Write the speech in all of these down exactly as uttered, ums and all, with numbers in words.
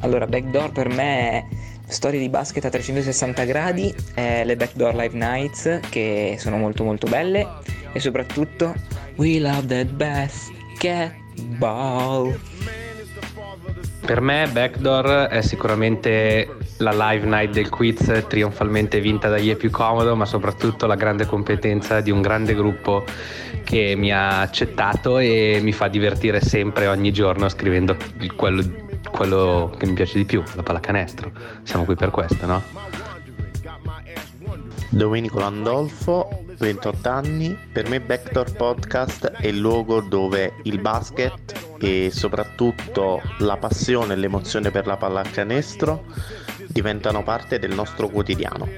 Allora, Backdoor per me è storie di basket a trecentosessanta gradi, eh, le Backdoor Live Nights che sono molto molto belle e soprattutto We Love That Basketball. Per me Backdoor è sicuramente la live night del quiz trionfalmente vinta da Chi è più comodo, ma soprattutto la grande competenza di un grande gruppo che mi ha accettato e mi fa divertire sempre ogni giorno scrivendo quello, quello che mi piace di più, la pallacanestro. Siamo qui per questo, no? Domenico Landolfo, ventotto anni. Per me Backdoor Podcast è il luogo dove il basket e soprattutto la passione e l'emozione per la pallacanestro diventano parte del nostro quotidiano.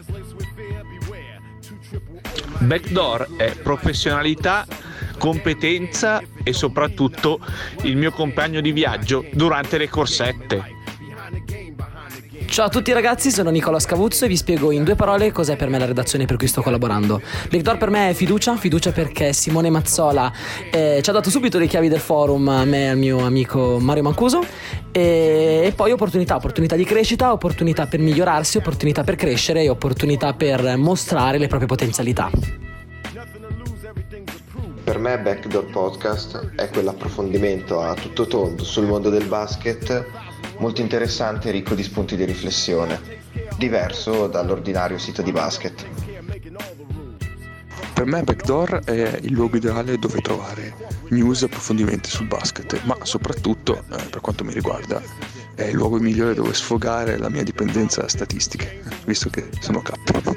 Backdoor è professionalità, competenza e soprattutto il mio compagno di viaggio durante le corsette. Ciao a tutti ragazzi, sono Nicola Scavuzzo e vi spiego in due parole cos'è per me la redazione per cui sto collaborando. Backdoor per me è fiducia, fiducia perché Simone Mazzola eh, ci ha dato subito le chiavi del forum a me e al mio amico Mario Mancuso e, e poi opportunità, opportunità di crescita, opportunità per migliorarsi, opportunità per crescere e opportunità per mostrare le proprie potenzialità. Per me Backdoor Podcast è quell'approfondimento a tutto tondo sul mondo del basket molto interessante e ricco di spunti di riflessione, diverso dall'ordinario sito di basket. Per me Backdoor è il luogo ideale dove trovare news e approfondimenti sul basket, ma soprattutto, eh, per quanto mi riguarda, è il luogo migliore dove sfogare la mia dipendenza da statistiche, visto che sono cappo.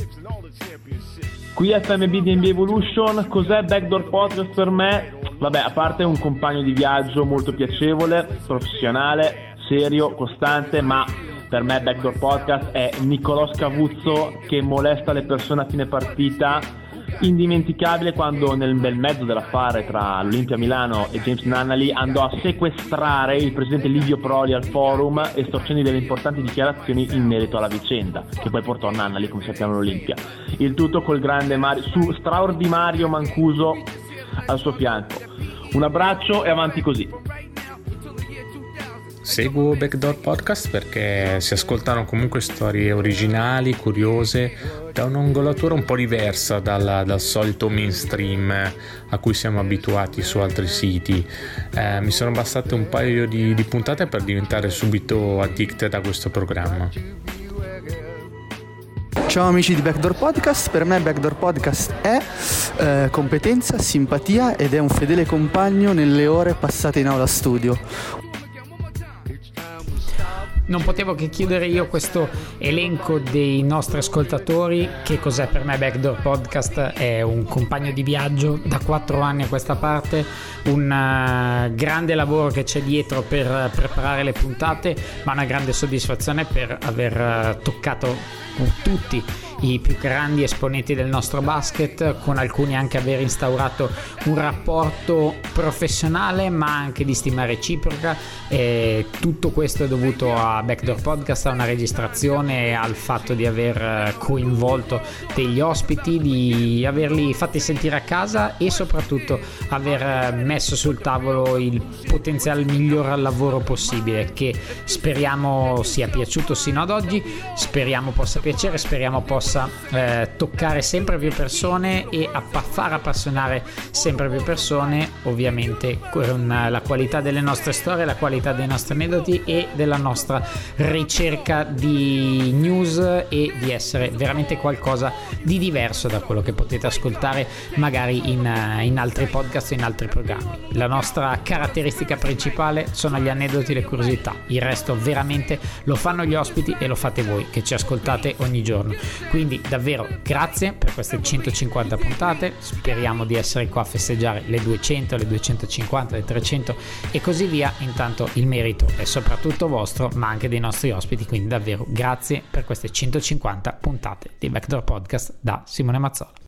Qui F M B di N B A Evolution, cos'è Backdoor Podcast per me? Vabbè, a parte un compagno di viaggio molto piacevole, professionale, serio, costante, ma per me Backdoor Podcast è Nicolò Scavuzzo che molesta le persone a fine partita, indimenticabile quando nel bel mezzo dell'affare tra l'Olimpia Milano e James Nunnally andò a sequestrare il presidente Livio Proli al forum estorcendo delle importanti dichiarazioni in merito alla vicenda che poi portò Nunnally, come sappiamo, all'Olimpia. Il tutto col grande Mario, su straordinario Mancuso al suo fianco. Un abbraccio e avanti così. Seguo Backdoor Podcast perché si ascoltano comunque storie originali, curiose, da un'angolatura un po' diversa dal, dal solito mainstream a cui siamo abituati su altri siti. Eh, mi sono bastate un paio di, di puntate per diventare subito addicted a questo programma. Ciao amici di Backdoor Podcast, per me Backdoor Podcast è eh, competenza, simpatia ed è un fedele compagno nelle ore passate in aula studio. Non potevo che chiudere io questo elenco dei nostri ascoltatori. Che cos'è per me Backdoor Podcast? È un compagno di viaggio da quattro anni a questa parte, un uh, grande lavoro che c'è dietro per preparare le puntate, ma una grande soddisfazione per aver uh, toccato con tutti i più grandi esponenti del nostro basket, con alcuni anche aver instaurato un rapporto professionale ma anche di stima reciproca, e tutto questo è dovuto a Backdoor Podcast, a una registrazione e al fatto di aver coinvolto degli ospiti, di averli fatti sentire a casa e soprattutto aver messo sul tavolo il potenziale miglior lavoro possibile, che speriamo sia piaciuto sino ad oggi, speriamo possa piacere, speriamo possa eh, toccare sempre più persone e app- far appassionare sempre più persone, ovviamente con la qualità delle nostre storie, la qualità dei nostri aneddoti e della nostra ricerca di news e di essere veramente qualcosa di diverso da quello che potete ascoltare magari in, in altri podcast o in altri programmi. La nostra caratteristica principale sono gli aneddoti e le curiosità, il resto veramente lo fanno gli ospiti e lo fate voi che ci ascoltate ogni giorno. Quindi davvero grazie per queste centocinquanta puntate, speriamo di essere qua a festeggiare le duecento, le duecentocinquanta, le trecento e così via. Intanto il merito è soprattutto vostro ma anche dei nostri ospiti, quindi davvero grazie per queste centocinquanta puntate di Backdoor Podcast da Simone Mazzola.